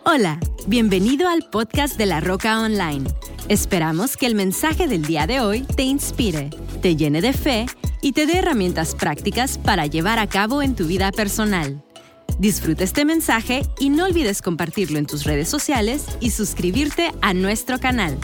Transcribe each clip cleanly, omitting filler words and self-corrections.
Hola, bienvenido al podcast de La Roca Online. Esperamos que el mensaje del día de hoy te inspire, te llene de fe y te dé herramientas prácticas para llevar a cabo en tu vida personal. Disfruta este mensaje y no olvides compartirlo en tus redes sociales y suscribirte a nuestro canal.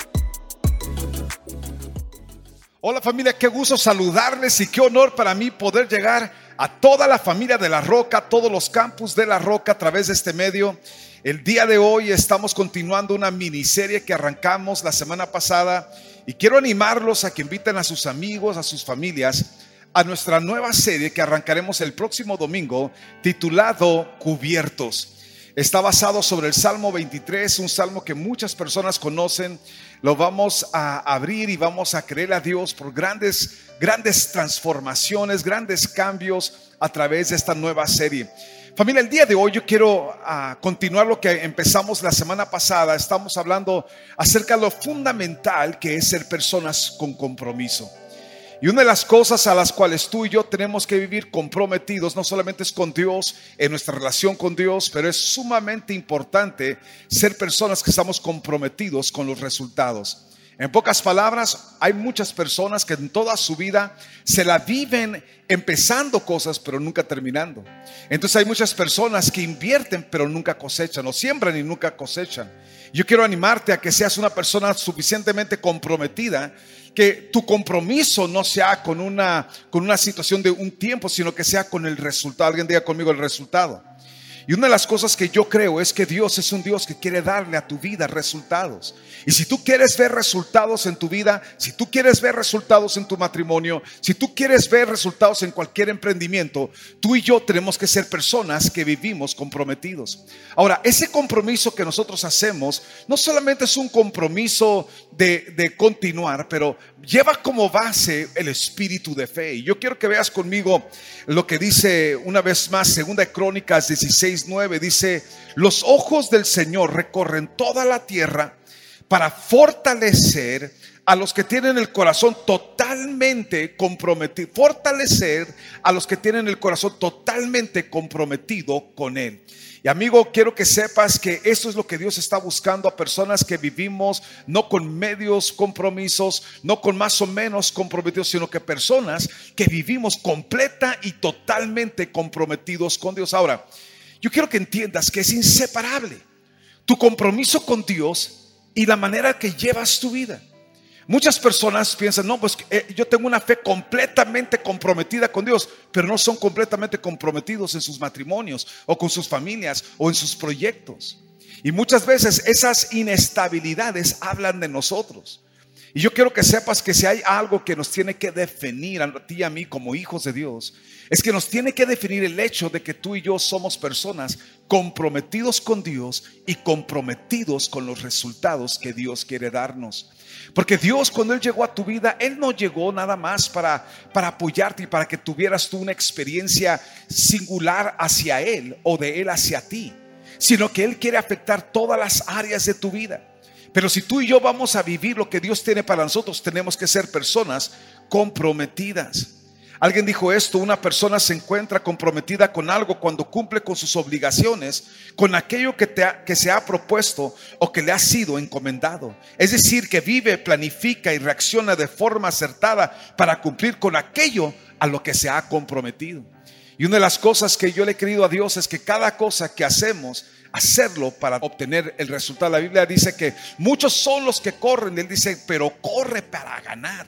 Hola familia, qué gusto saludarles y qué honor para mí poder llegar a toda la familia de La Roca, a todos los campus de La Roca a través de este medio. El día de hoy estamos continuando una miniserie que arrancamos la semana pasada y quiero animarlos a que inviten a sus amigos, a sus familias a nuestra nueva serie que arrancaremos el próximo domingo titulado Cubiertos. Está basado sobre el Salmo 23, un salmo que muchas personas conocen. Lo vamos a abrir y vamos a creer a Dios por grandes transformaciones, grandes cambios a través de esta nueva serie. Familia, el día de hoy yo quiero continuar lo que empezamos la semana pasada. Estamos hablando acerca de lo fundamental que es ser personas con compromiso. Y una de las cosas a las cuales tú y yo tenemos que vivir comprometidos, no solamente es con Dios, en nuestra relación con Dios, pero es sumamente importante ser personas que estamos comprometidos con los resultados. En pocas palabras, hay muchas personas que en toda su vida se la viven empezando cosas pero nunca terminando. Entonces hay muchas personas que invierten pero nunca cosechan, o siembran y nunca cosechan. Yo quiero animarte a que seas una persona suficientemente comprometida, que tu compromiso no sea con una situación de un tiempo, sino que sea con el resultado. Alguien diga conmigo el resultado. Y una de las cosas que yo creo es que Dios es un Dios que quiere darle a tu vida resultados. Y si tú quieres ver resultados en tu vida, si tú quieres ver resultados en tu matrimonio, si tú quieres ver resultados en cualquier emprendimiento, tú y yo tenemos que ser personas que vivimos comprometidos. Ahora, ese compromiso que nosotros hacemos no solamente es un compromiso de continuar, pero lleva como base el espíritu de fe. Y yo quiero que veas conmigo lo que dice una vez más 2 Crónicas 16:9. Dice: los ojos del Señor recorren toda la tierra para fortalecer a los que tienen el corazón totalmente comprometido. Fortalecer a los que tienen el corazón totalmente comprometido con Él. Y amigo, quiero que sepas que esto es lo que Dios está buscando a personas que vivimos no con medios compromisos, no con más o menos comprometidos, sino que personas que vivimos completa y totalmente comprometidos con Dios. Ahora, yo quiero que entiendas que es inseparable tu compromiso con Dios y la manera que llevas tu vida. Muchas personas piensan, no, pues yo tengo una fe completamente comprometida con Dios, pero no son completamente comprometidos en sus matrimonios o con sus familias o en sus proyectos. Y muchas veces esas inestabilidades hablan de nosotros. Y yo quiero que sepas que si hay algo que nos tiene que definir a ti y a mí como hijos de Dios, es que nos tiene que definir el hecho de que tú y yo somos personas comprometidos con Dios y comprometidos con los resultados que Dios quiere darnos. Porque Dios, cuando Él llegó a tu vida, Él no llegó nada más para apoyarte y para que tuvieras tú una experiencia singular hacia Él o de Él hacia ti, sino que Él quiere afectar todas las áreas de tu vida. Pero si tú y yo vamos a vivir lo que Dios tiene para nosotros, tenemos que ser personas comprometidas. Alguien dijo esto: una persona se encuentra comprometida con algo cuando cumple con sus obligaciones, con aquello que se ha propuesto o que le ha sido encomendado. Es decir, que vive, planifica y reacciona de forma acertada para cumplir con aquello a lo que se ha comprometido. Y una de las cosas que yo le he querido a Dios es que cada cosa que hacemos, hacerlo para obtener el resultado. La Biblia dice que muchos son los que corren, Él dice, pero corre para ganar.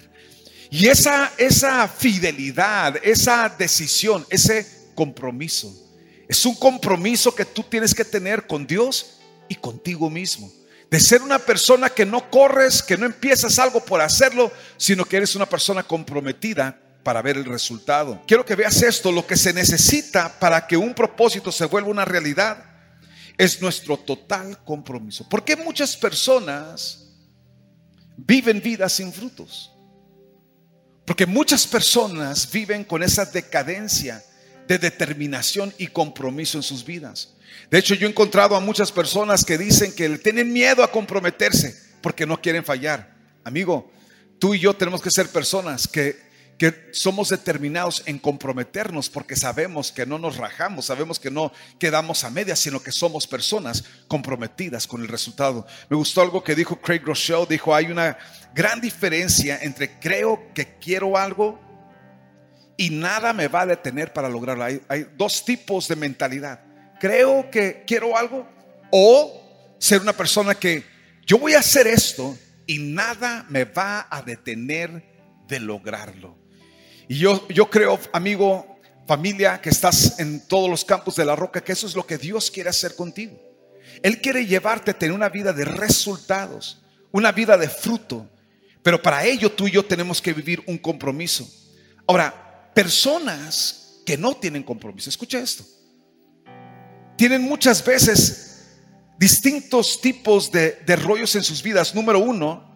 Y esa fidelidad, esa decisión, ese compromiso, es un compromiso que tú tienes que tener con Dios y contigo mismo. De ser una persona que no corres, que no empiezas algo por hacerlo, sino que eres una persona comprometida para ver el resultado. Quiero que veas esto: lo que se necesita para que un propósito se vuelva una realidad es nuestro total compromiso. ¿Por qué muchas personas viven vidas sin frutos? Porque muchas personas viven con esa decadencia de determinación y compromiso en sus vidas. De hecho, yo he encontrado a muchas personas que dicen que tienen miedo a comprometerse porque no quieren fallar. Amigo, tú y yo tenemos que ser personas que que somos determinados en comprometernos porque sabemos que no nos rajamos, sabemos que no quedamos a medias, sino que somos personas comprometidas con el resultado. Me gustó algo que dijo Craig Groeschel, dijo: hay una gran diferencia entre creo que quiero algo y nada me va a detener para lograrlo. Hay dos tipos de mentalidad: creo que quiero algo, o ser una persona que yo voy a hacer esto y nada me va a detener de lograrlo. Y yo creo, amigo, familia, que estás en todos los campos de la roca, que eso es lo que Dios quiere hacer contigo. Él quiere llevarte a tener una vida de resultados, una vida de fruto. Pero para ello tú y yo tenemos que vivir un compromiso. Ahora, personas que no tienen compromiso, escucha esto, tienen muchas veces distintos tipos de rollos en sus vidas. Número uno,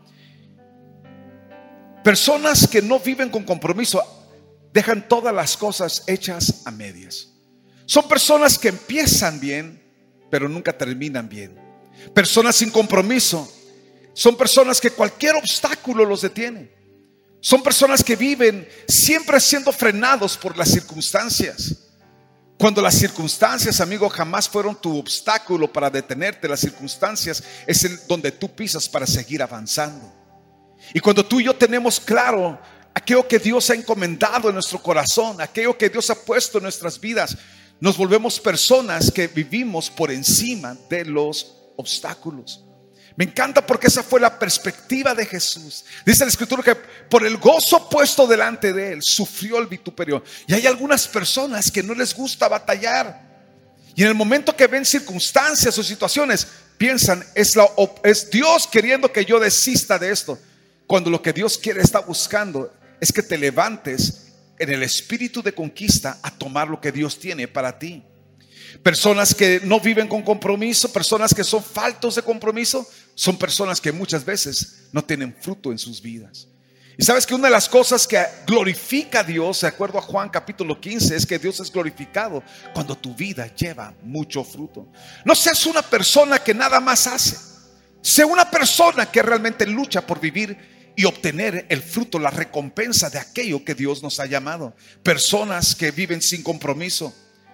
personas que no viven con compromiso dejan todas las cosas hechas a medias. Son personas que empiezan bien, pero nunca terminan bien. Personas sin compromiso son personas que cualquier obstáculo los detiene. Son personas que viven siempre siendo frenados por las circunstancias. Cuando las circunstancias, amigo, jamás fueron tu obstáculo para detenerte. Las circunstancias es donde tú pisas para seguir avanzando. Y cuando tú y yo tenemos claro aquello que Dios ha encomendado en nuestro corazón, aquello que Dios ha puesto en nuestras vidas, nos volvemos personas que vivimos por encima de los obstáculos. Me encanta porque esa fue la perspectiva de Jesús. Dice la Escritura que por el gozo puesto delante de Él sufrió el vituperio. Y hay algunas personas que no les gusta batallar, y en el momento que ven circunstancias o situaciones piensan es Dios queriendo que yo desista de esto, cuando lo que Dios quiere, está buscando, es que te levantes en el espíritu de conquista a tomar lo que Dios tiene para ti. Personas que no viven con compromiso, personas que son faltos de compromiso, son personas que muchas veces no tienen fruto en sus vidas. Y sabes que una de las cosas que glorifica a Dios, de acuerdo a Juan capítulo 15, es que Dios es glorificado cuando tu vida lleva mucho fruto. No seas una persona que nada más hace, sé una persona que realmente lucha por vivir y obtener el fruto, la recompensa de aquello que Dios nos ha llamado. Personas que viven sin compromiso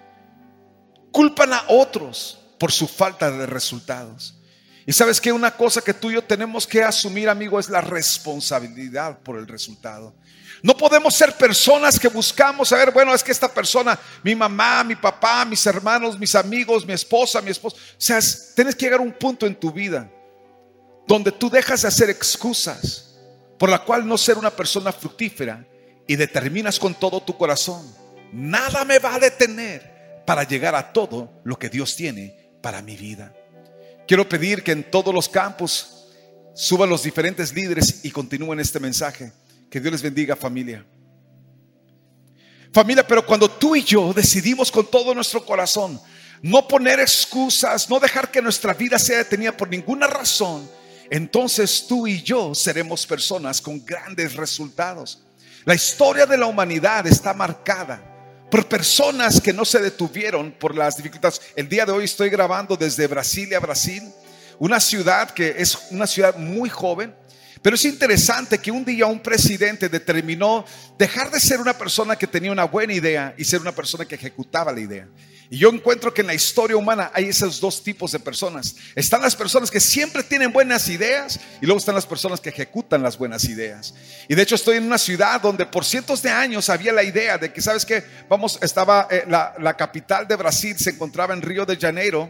culpan a otros por su falta de resultados. Y sabes que una cosa que tú y yo tenemos que asumir, amigo, es la responsabilidad por el resultado. No podemos ser personas que buscamos saber, bueno, es que esta persona, mi mamá, mi papá, mis hermanos, mis amigos, mi esposa, mi esposo. O sea, tienes que llegar a un punto en tu vida donde tú dejas de hacer excusas por la cual no ser una persona fructífera y determinas con todo tu corazón: nada me va a detener para llegar a todo lo que Dios tiene para mi vida. Quiero pedir que en todos los campos suban los diferentes líderes y continúen este mensaje. Que Dios les bendiga, familia. Familia, pero cuando tú y yo decidimos con todo nuestro corazón no poner excusas, no dejar que nuestra vida sea detenida por ninguna razón, entonces tú y yo seremos personas con grandes resultados. La historia de la humanidad está marcada por personas que no se detuvieron por las dificultades. El día de hoy estoy grabando desde Brasilia, Brasil, una ciudad que es una ciudad muy joven. Pero es interesante que un día un presidente determinó dejar de ser una persona que tenía una buena idea y ser una persona que ejecutaba la idea. Y yo encuentro que en la historia humana hay esos dos tipos de personas. Están las personas que siempre tienen buenas ideas, y luego están las personas que ejecutan las buenas ideas. Y de hecho estoy en una ciudad donde por cientos de años había la idea de que, ¿sabes qué? Estaba la capital de Brasil, se encontraba en Río de Janeiro,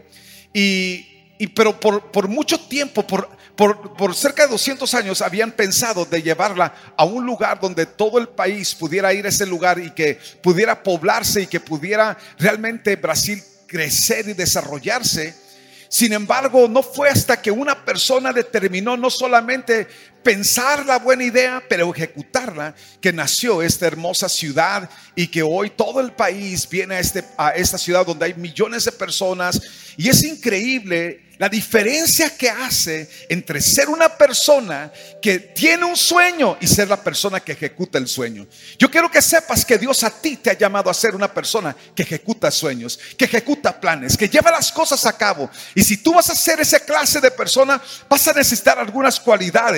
pero por mucho tiempo, por cerca de 200 años habían pensado de llevarla a un lugar donde todo el país pudiera ir a ese lugar y que pudiera poblarse y que pudiera realmente Brasil crecer y desarrollarse. Sin embargo, no fue hasta que una persona determinó no solamente pensar la buena idea, pero ejecutarla, que nació esta hermosa ciudad, y que hoy todo el país viene a esta ciudad donde hay millones de personas. Y es increíble la diferencia que hace entre ser una persona que tiene un sueño y ser la persona que ejecuta el sueño. Yo quiero que sepas que Dios a ti te ha llamado a ser una persona que ejecuta sueños, que ejecuta planes, que lleva las cosas a cabo. Y si tú vas a ser esa clase de persona, vas a necesitar algunas cualidades.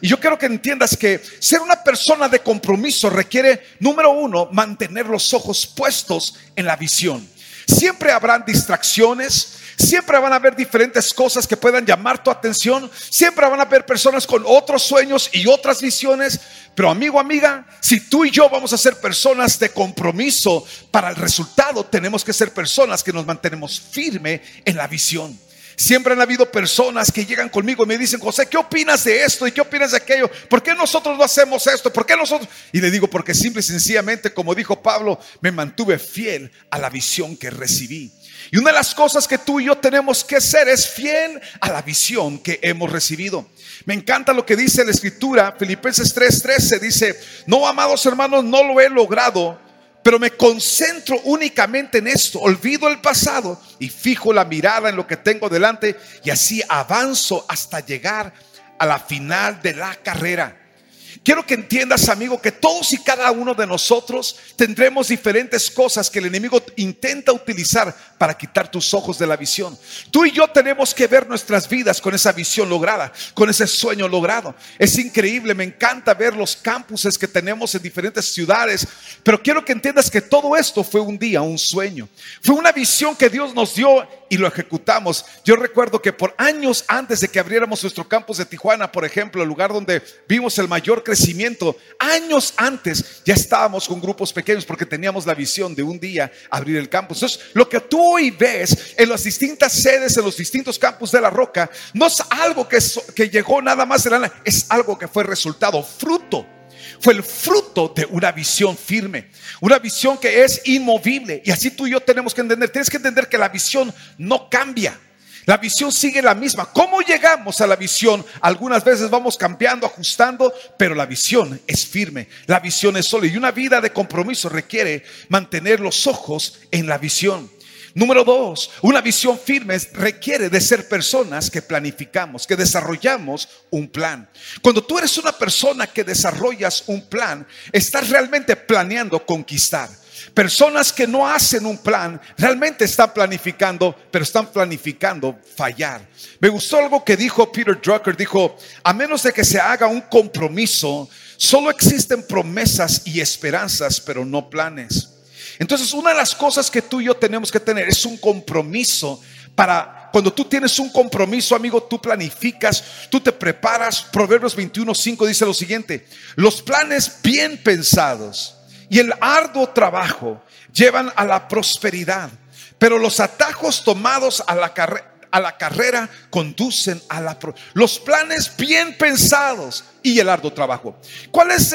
Y yo quiero que entiendas que ser una persona de compromiso requiere, número uno, mantener los ojos puestos en la visión. Siempre habrán distracciones, siempre van a haber diferentes cosas que puedan llamar tu atención, siempre van a haber personas con otros sueños y otras visiones. Pero amigo, amiga, si tú y yo vamos a ser personas de compromiso para el resultado, tenemos que ser personas que nos mantenemos firmes en la visión. Siempre han habido personas que llegan conmigo y me dicen: José, ¿qué opinas de esto? ¿Y qué opinas de aquello? ¿Por qué nosotros no hacemos esto? ¿Por qué nosotros? Y le digo: porque simple y sencillamente, como dijo Pablo, me mantuve fiel a la visión que recibí. Y una de las cosas que tú y yo tenemos que ser es fiel a la visión que hemos recibido. Me encanta lo que dice la escritura, Filipenses 3:13 dice: no, amados hermanos, no lo he logrado, pero me concentro únicamente en esto. Olvido el pasado y fijo la mirada en lo que tengo delante, y así avanzo hasta llegar a la final de la carrera. Quiero que entiendas, amigo, que todos y cada uno de nosotros tendremos diferentes cosas que el enemigo intenta utilizar para quitar tus ojos de la visión. Tú y yo tenemos que ver nuestras vidas con esa visión lograda, con ese sueño logrado. Es increíble, me encanta ver los campuses que tenemos en diferentes ciudades, pero quiero que entiendas que todo esto fue un día, un sueño. Fue una visión que Dios nos dio y lo ejecutamos. Yo recuerdo que por años antes de que abriéramos nuestro campus de Tijuana, por ejemplo, el lugar donde vimos el mayor crecimiento, años antes ya estábamos con grupos pequeños porque teníamos la visión de un día abrir el campus. Entonces, lo que tú hoy ves en las distintas sedes, en los distintos campus de La Roca, no es algo que llegó nada más de la nada, es algo que fue resultado, fruto. Fue el fruto de una visión firme, una visión que es inmovible. Y así tú y yo tenemos que entender. Tienes que entender que la visión no cambia. La visión sigue la misma. ¿Cómo llegamos a la visión? Algunas veces vamos cambiando, ajustando, pero la visión es firme. La visión es sólida. Y una vida de compromiso requiere mantener los ojos en la visión. Número 2, una visión firme requiere de ser personas que planificamos, que desarrollamos un plan. Cuando tú eres una persona que desarrollas un plan, estás realmente planeando conquistar. Personas que no hacen un plan realmente están planificando, pero están planificando fallar. Me gustó algo que dijo Peter Drucker. Dijo: a menos de que se haga un compromiso, solo existen promesas y esperanzas, pero no planes. Entonces, una de las cosas que tú y yo tenemos que tener es un compromiso. Para cuando tú tienes un compromiso, amigo, tú planificas, tú te preparas. Proverbios 21:5 dice lo siguiente: los planes bien pensados y el arduo trabajo llevan a la prosperidad, pero los atajos tomados a la carrera conducen a la los planes bien pensados y el arduo trabajo. ¿Cuál es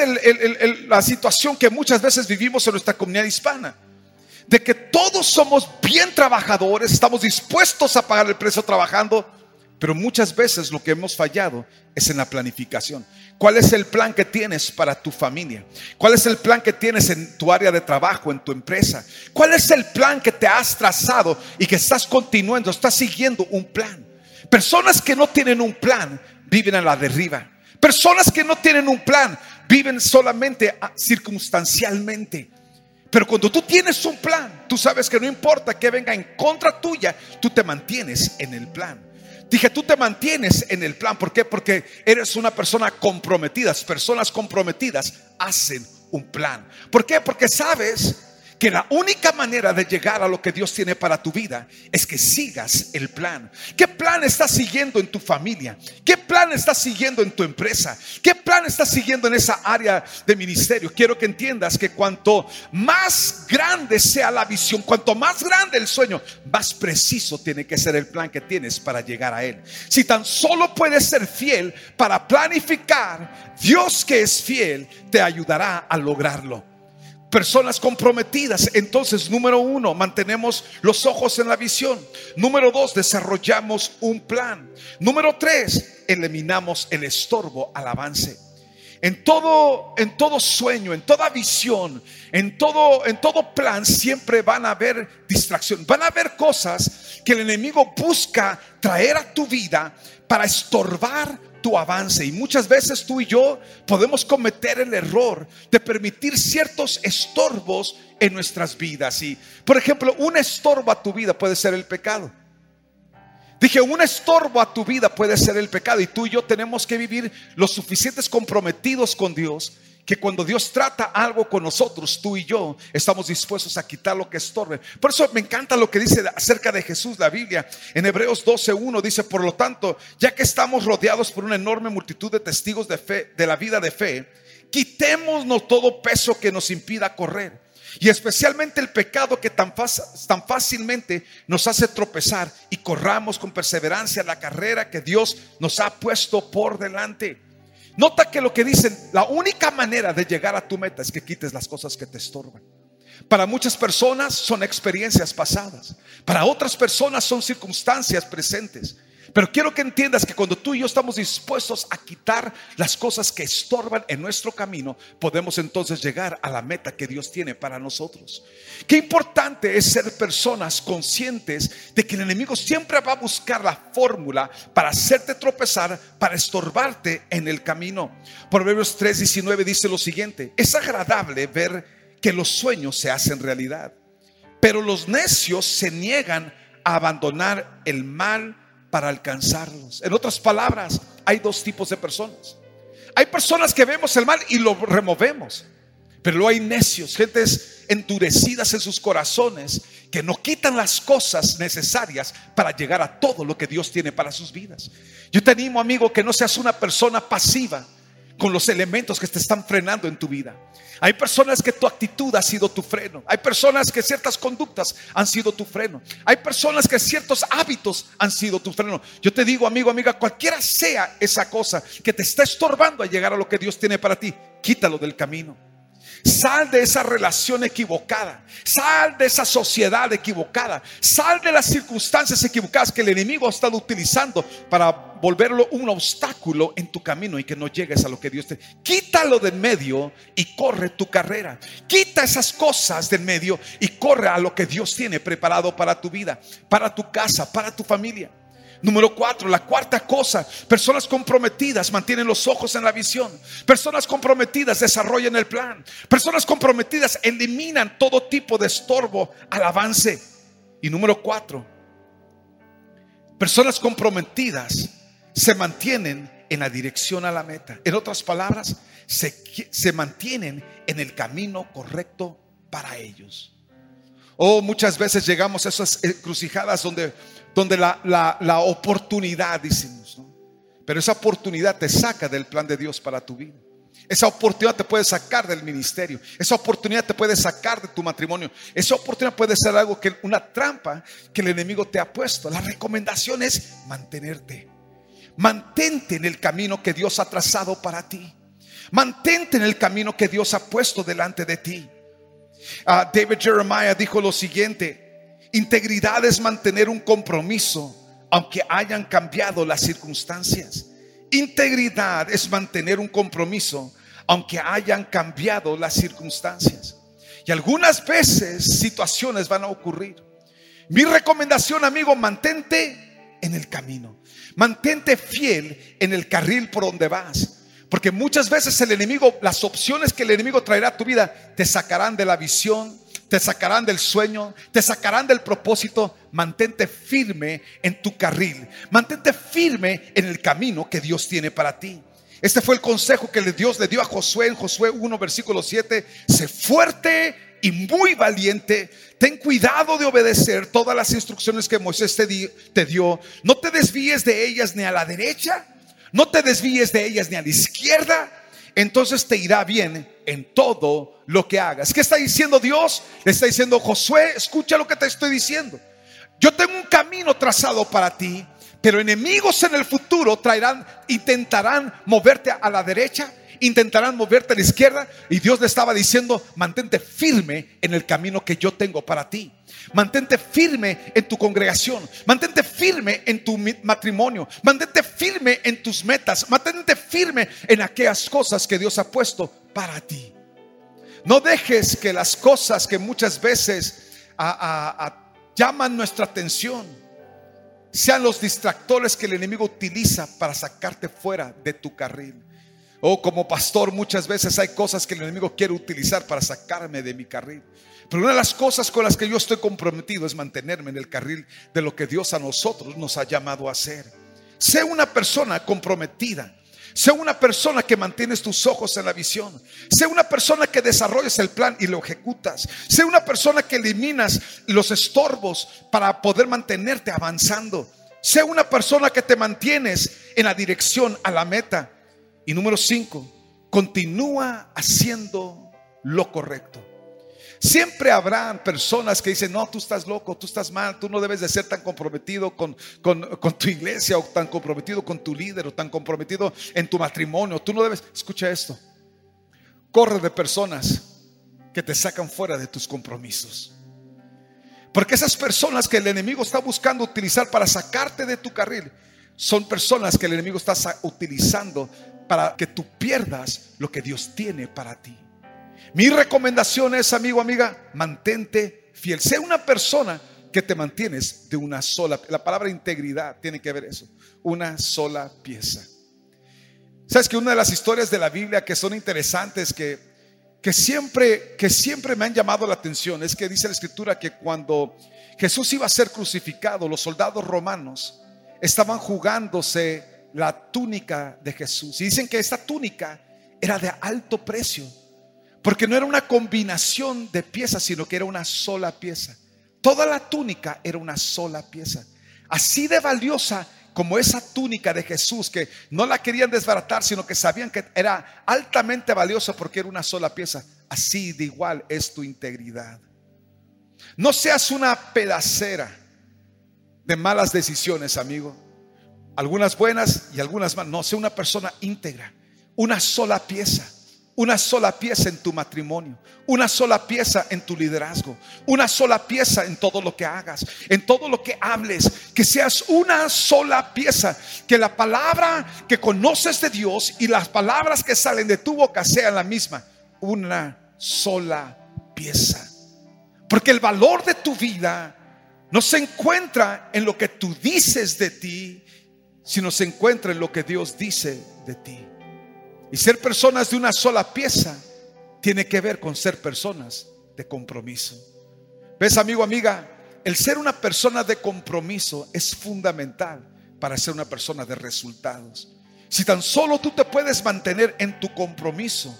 la situación que muchas veces vivimos en nuestra comunidad hispana? De que todos somos bien trabajadores, estamos dispuestos a pagar el precio trabajando, pero muchas veces lo que hemos fallado es en la planificación. ¿Cuál es el plan que tienes para tu familia? ¿Cuál es el plan que tienes en tu área de trabajo, en tu empresa? ¿Cuál es el plan que te has trazado y que estás continuando, estás siguiendo un plan? Personas que no tienen un plan viven a la deriva. Personas que no tienen un plan viven solamente circunstancialmente. Pero cuando tú tienes un plan, tú sabes que no importa que venga en contra tuya, tú te mantienes en el plan. Dije, tú te mantienes en el plan. ¿Por qué? Porque eres una persona comprometida. Personas comprometidas hacen un plan. ¿Por qué? Porque sabes que la única manera de llegar a lo que Dios tiene para tu vida es que sigas el plan. ¿Qué plan estás siguiendo en tu familia? ¿Qué plan estás siguiendo en tu empresa? ¿Qué plan estás siguiendo en esa área de ministerio? Quiero que entiendas que cuanto más grande sea la visión, cuanto más grande el sueño, más preciso tiene que ser el plan que tienes para llegar a él. Si tan solo puedes ser fiel para planificar, Dios, que es fiel, te ayudará a lograrlo. Personas comprometidas. Entonces, número 1, mantenemos los ojos en la visión. Número 2, desarrollamos un plan. Número 3, eliminamos el estorbo al avance. En todo sueño, en toda visión, en todo plan, siempre van a haber distracciones. Van a haber cosas que el enemigo busca traer a tu vida para estorbar tu avance. Y muchas veces tú y yo podemos cometer el error de permitir ciertos estorbos en nuestras vidas. Y, por ejemplo, un estorbo a tu vida puede ser el pecado. Dije, un estorbo a tu vida puede ser el pecado, y tú y yo tenemos que vivir lo suficientes comprometidos con Dios, que cuando Dios trata algo con nosotros, tú y yo estamos dispuestos a quitar lo que estorbe. Por eso me encanta lo que dice acerca de Jesús la Biblia. En Hebreos 12:1 dice: por lo tanto, ya que estamos rodeados por una enorme multitud de testigos de fe, de la vida de fe, quitémonos todo peso que nos impida correr, y especialmente el pecado que tan fácilmente nos hace tropezar, y corramos con perseverancia la carrera que Dios nos ha puesto por delante. Nota que lo que dicen, la única manera de llegar a tu meta es que quites las cosas que te estorban. Para muchas personas son experiencias pasadas, para otras personas son circunstancias presentes. Pero quiero que entiendas que cuando tú y yo estamos dispuestos a quitar las cosas que estorban en nuestro camino, podemos entonces llegar a la meta que Dios tiene para nosotros. Qué importante es ser personas conscientes de que el enemigo siempre va a buscar la fórmula para hacerte tropezar, para estorbarte en el camino. Proverbios 3:19 dice lo siguiente: es agradable ver que los sueños se hacen realidad, pero los necios se niegan a abandonar el mal para alcanzarlos. En otras palabras, hay dos tipos de personas. Hay personas que vemos el mal y lo removemos, pero luego hay necios, gentes endurecidas en sus corazones, que no quitan las cosas necesarias para llegar a todo lo que Dios tiene para sus vidas. Yo te animo, amigo, que no seas una persona pasiva con los elementos que te están frenando en tu vida. Hay personas que tu actitud ha sido tu freno. Hay personas que ciertas conductas han sido tu freno. Hay personas que ciertos hábitos han sido tu freno. Yo te digo, amigo, amiga, cualquiera sea esa cosa que te está estorbando a llegar a lo que Dios tiene para ti, quítalo del camino. Sal de esa relación equivocada, sal de esa sociedad equivocada, sal de las circunstancias equivocadas que el enemigo ha estado utilizando para volverlo un obstáculo en tu camino y que no llegues a lo que Dios te... Quítalo del medio y corre tu carrera. Quita esas cosas del medio y corre a lo que Dios tiene preparado para tu vida, para tu casa, para tu familia. Número 4, la cuarta cosa: personas comprometidas mantienen los ojos en la visión. Personas comprometidas desarrollan el plan. Personas comprometidas eliminan todo tipo de estorbo al avance. Y número 4, personas comprometidas se mantienen en la dirección a la meta. En otras palabras, se mantienen en el camino correcto para ellos. Muchas veces llegamos a esas encrucijadas donde la oportunidad, decimos, ¿no? Pero esa oportunidad te saca del plan de Dios para tu vida. Esa oportunidad te puede sacar del ministerio. Esa oportunidad te puede sacar de tu matrimonio. Esa oportunidad puede ser algo una trampa que el enemigo te ha puesto. La recomendación es mantenerte. Mantente en el camino que Dios ha trazado para ti. Mantente en el camino que Dios ha puesto delante de ti. David Jeremiah dijo lo siguiente: integridad es mantener un compromiso aunque hayan cambiado las circunstancias. Integridad es mantener un compromiso aunque hayan cambiado las circunstancias. Y algunas veces situaciones van a ocurrir. Mi recomendación, amigo: mantente en el camino. Mantente fiel en el carril por donde vas. Porque muchas veces el enemigo, las opciones que el enemigo traerá a tu vida, te sacarán de la visión, te sacarán del sueño, te sacarán del propósito. Mantente firme en tu carril. Mantente firme en el camino que Dios tiene para ti. Este fue el consejo que Dios le dio a Josué en Josué 1 versículo 7. Sé fuerte y muy valiente. Ten cuidado de obedecer todas las instrucciones que Moisés te dio. No te desvíes de ellas ni a la derecha, no te desvíes de ellas ni a la izquierda. Entonces te irá bien en todo lo que hagas. ¿Qué está diciendo Dios? Le está diciendo: Josué, escucha lo que te estoy diciendo. Yo tengo un camino trazado para ti, pero enemigos en el futuro intentarán moverte a la derecha, intentarán moverte a la izquierda. Y Dios le estaba diciendo: mantente firme en el camino que yo tengo para ti. Mantente firme en tu congregación. Mantente firme en tu matrimonio. Mantente firme en tus metas. Mantente firme en aquellas cosas que Dios ha puesto para ti. No dejes que las cosas que muchas veces llaman nuestra atención sean los distractores que el enemigo utiliza para sacarte fuera de tu carril. Oh, como pastor, muchas veces hay cosas que el enemigo quiere utilizar para sacarme de mi carril. Pero una de las cosas con las que yo estoy comprometido es mantenerme en el carril de lo que Dios a nosotros nos ha llamado a hacer. Sé una persona comprometida. Sé una persona que mantienes tus ojos en la visión. Sé una persona que desarrolles el plan y lo ejecutas. Sé una persona que eliminas los estorbos para poder mantenerte avanzando. Sé una persona que te mantienes en la dirección a la meta. Y número 5, continúa haciendo lo correcto. Siempre habrán personas que dicen: no, tú estás loco, tú estás mal, tú no debes de ser tan comprometido con tu iglesia, o tan comprometido con tu líder, o tan comprometido en tu matrimonio. Tú no debes. Escucha esto: corre de personas que te sacan fuera de tus compromisos. Porque esas personas que el enemigo está buscando utilizar para sacarte de tu carril son personas que el enemigo está utilizando para que tú pierdas lo que Dios tiene para ti. Mi recomendación es, amigo, amiga, mantente fiel. Sé una persona que te mantienes de una sola. La palabra integridad tiene que ver eso. Una sola pieza. Sabes que una de las historias de la Biblia que son interesantes, que siempre me han llamado la atención, es que dice la escritura que cuando Jesús iba a ser crucificado, los soldados romanos estaban jugándose la túnica de Jesús. Y dicen que esta túnica era de alto precio, porque no era una combinación de piezas, sino que era una sola pieza. Toda la túnica era una sola pieza. Así de valiosa como esa túnica de Jesús, que no la querían desbaratar, sino que sabían que era altamente valiosa porque era una sola pieza. Así de igual es tu integridad. No seas una pedacera de malas decisiones, amigo. Algunas buenas y algunas malas. No, sé una persona íntegra. Una sola pieza. Una sola pieza en tu matrimonio, una sola pieza en tu liderazgo, una sola pieza en todo lo que hagas, en todo lo que hables. Que seas una sola pieza. Que la palabra que conoces de Dios y las palabras que salen de tu boca sean la misma. Una sola pieza. Porque el valor de tu vida no se encuentra en lo que tú dices de ti, sino se encuentra en lo que Dios dice de ti. Y ser personas de una sola pieza tiene que ver con ser personas de compromiso. ¿Ves, amigo, amiga? El ser una persona de compromiso es fundamental para ser una persona de resultados. Si tan solo tú te puedes mantener en tu compromiso,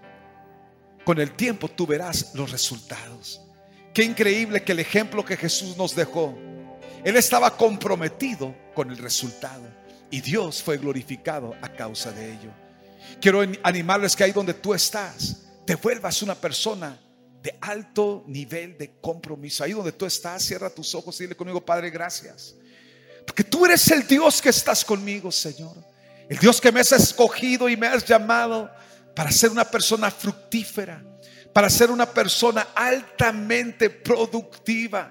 con el tiempo tú verás los resultados. Qué increíble que el ejemplo que Jesús nos dejó, Él estaba comprometido con el resultado y Dios fue glorificado a causa de ello. Quiero animarles que ahí donde tú estás, te vuelvas una persona de alto nivel de compromiso. Ahí donde tú estás, cierra tus ojos y dile conmigo: Padre, gracias, porque tú eres el Dios que estás conmigo, Señor. El Dios que me has escogido y me has llamado para ser una persona fructífera, para ser una persona altamente productiva.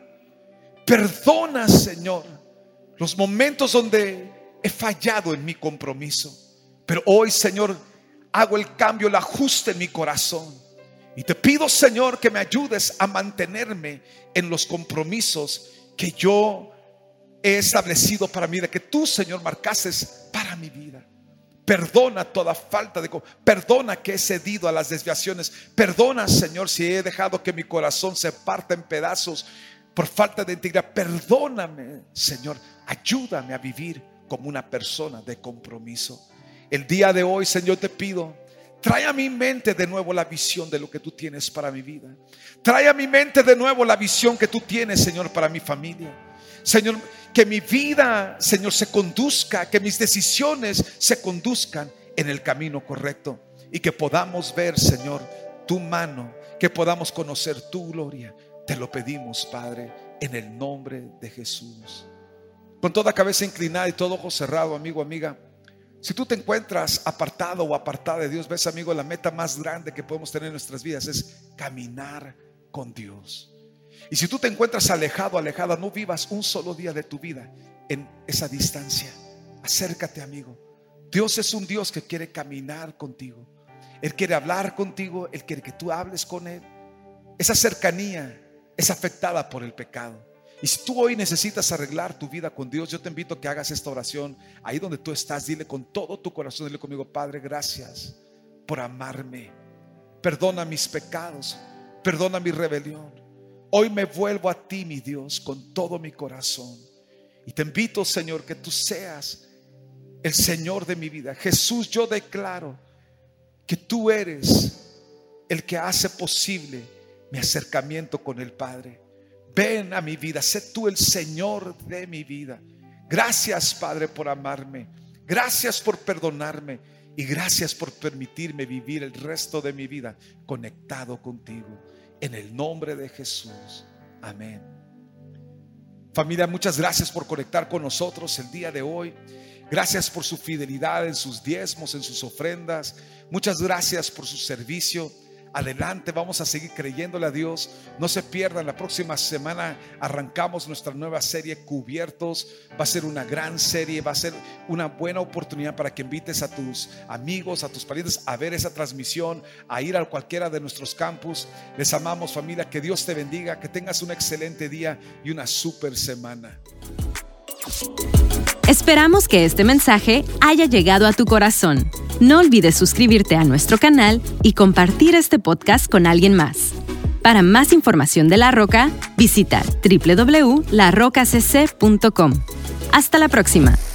Perdona, Señor, los momentos donde he fallado en mi compromiso. Pero hoy, Señor, hago el cambio, el ajuste en mi corazón. Y te pido, Señor, que me ayudes a mantenerme en los compromisos que yo he establecido para mi vida, que tú, Señor, marcaste para mi vida. Perdona toda falta de perdona que he cedido a las desviaciones. Perdona, Señor, si he dejado que mi corazón se parta en pedazos por falta de integridad. Perdóname, Señor. Ayúdame a vivir como una persona de compromiso. El día de hoy, Señor, te pido, trae a mi mente de nuevo la visión de lo que tú tienes para mi vida. Trae a mi mente de nuevo la visión que tú tienes, Señor, para mi familia. Señor, que mi vida, Señor, se conduzca, que mis decisiones se conduzcan en el camino correcto. Y que podamos ver, Señor, tu mano, que podamos conocer tu gloria. Te lo pedimos, Padre, en el nombre de Jesús. Con toda cabeza inclinada y todo ojo cerrado, amigo, amiga. Si tú te encuentras apartado o apartada de Dios, ves, amigo, la meta más grande que podemos tener en nuestras vidas es caminar con Dios. Y si tú te encuentras alejado, alejada, no vivas un solo día de tu vida en esa distancia. Acércate, amigo. Dios es un Dios que quiere caminar contigo. Él quiere hablar contigo. Él quiere que tú hables con Él. Esa cercanía es afectada por el pecado, Y si tú hoy necesitas arreglar tu vida con Dios, yo te invito a que hagas esta oración ahí donde tú estás. Dile con todo tu corazón, dile conmigo: Padre, gracias por amarme. Perdona mis pecados, perdona mi rebelión. Hoy me vuelvo a ti, mi Dios, con todo mi corazón. Y te invito, Señor, que tú seas el Señor de mi vida. Jesús, yo declaro que tú eres el que hace posible mi acercamiento con el Padre. Ven a mi vida, sé tú el Señor de mi vida. Gracias, Padre, por amarme. Gracias por perdonarme. Y gracias por permitirme vivir el resto de mi vida conectado contigo. En el nombre de Jesús. Amén. Familia, muchas gracias por conectar con nosotros el día de hoy. Gracias por su fidelidad en sus diezmos, en sus ofrendas. Muchas gracias por su servicio. Adelante, vamos a seguir creyéndole a Dios. No se pierdan, la próxima semana arrancamos nuestra nueva serie Cubiertos. Va a ser una gran serie, va a ser una buena oportunidad para que invites a tus amigos, a tus parientes a ver esa transmisión, a ir a cualquiera de nuestros campus. Les amamos, familia, que Dios te bendiga, que tengas un excelente día y una super semana. Esperamos que este mensaje haya llegado a tu corazón. No olvides suscribirte a nuestro canal y compartir este podcast con alguien más. Para más información de La Roca, visita www.larocacc.com. Hasta la próxima.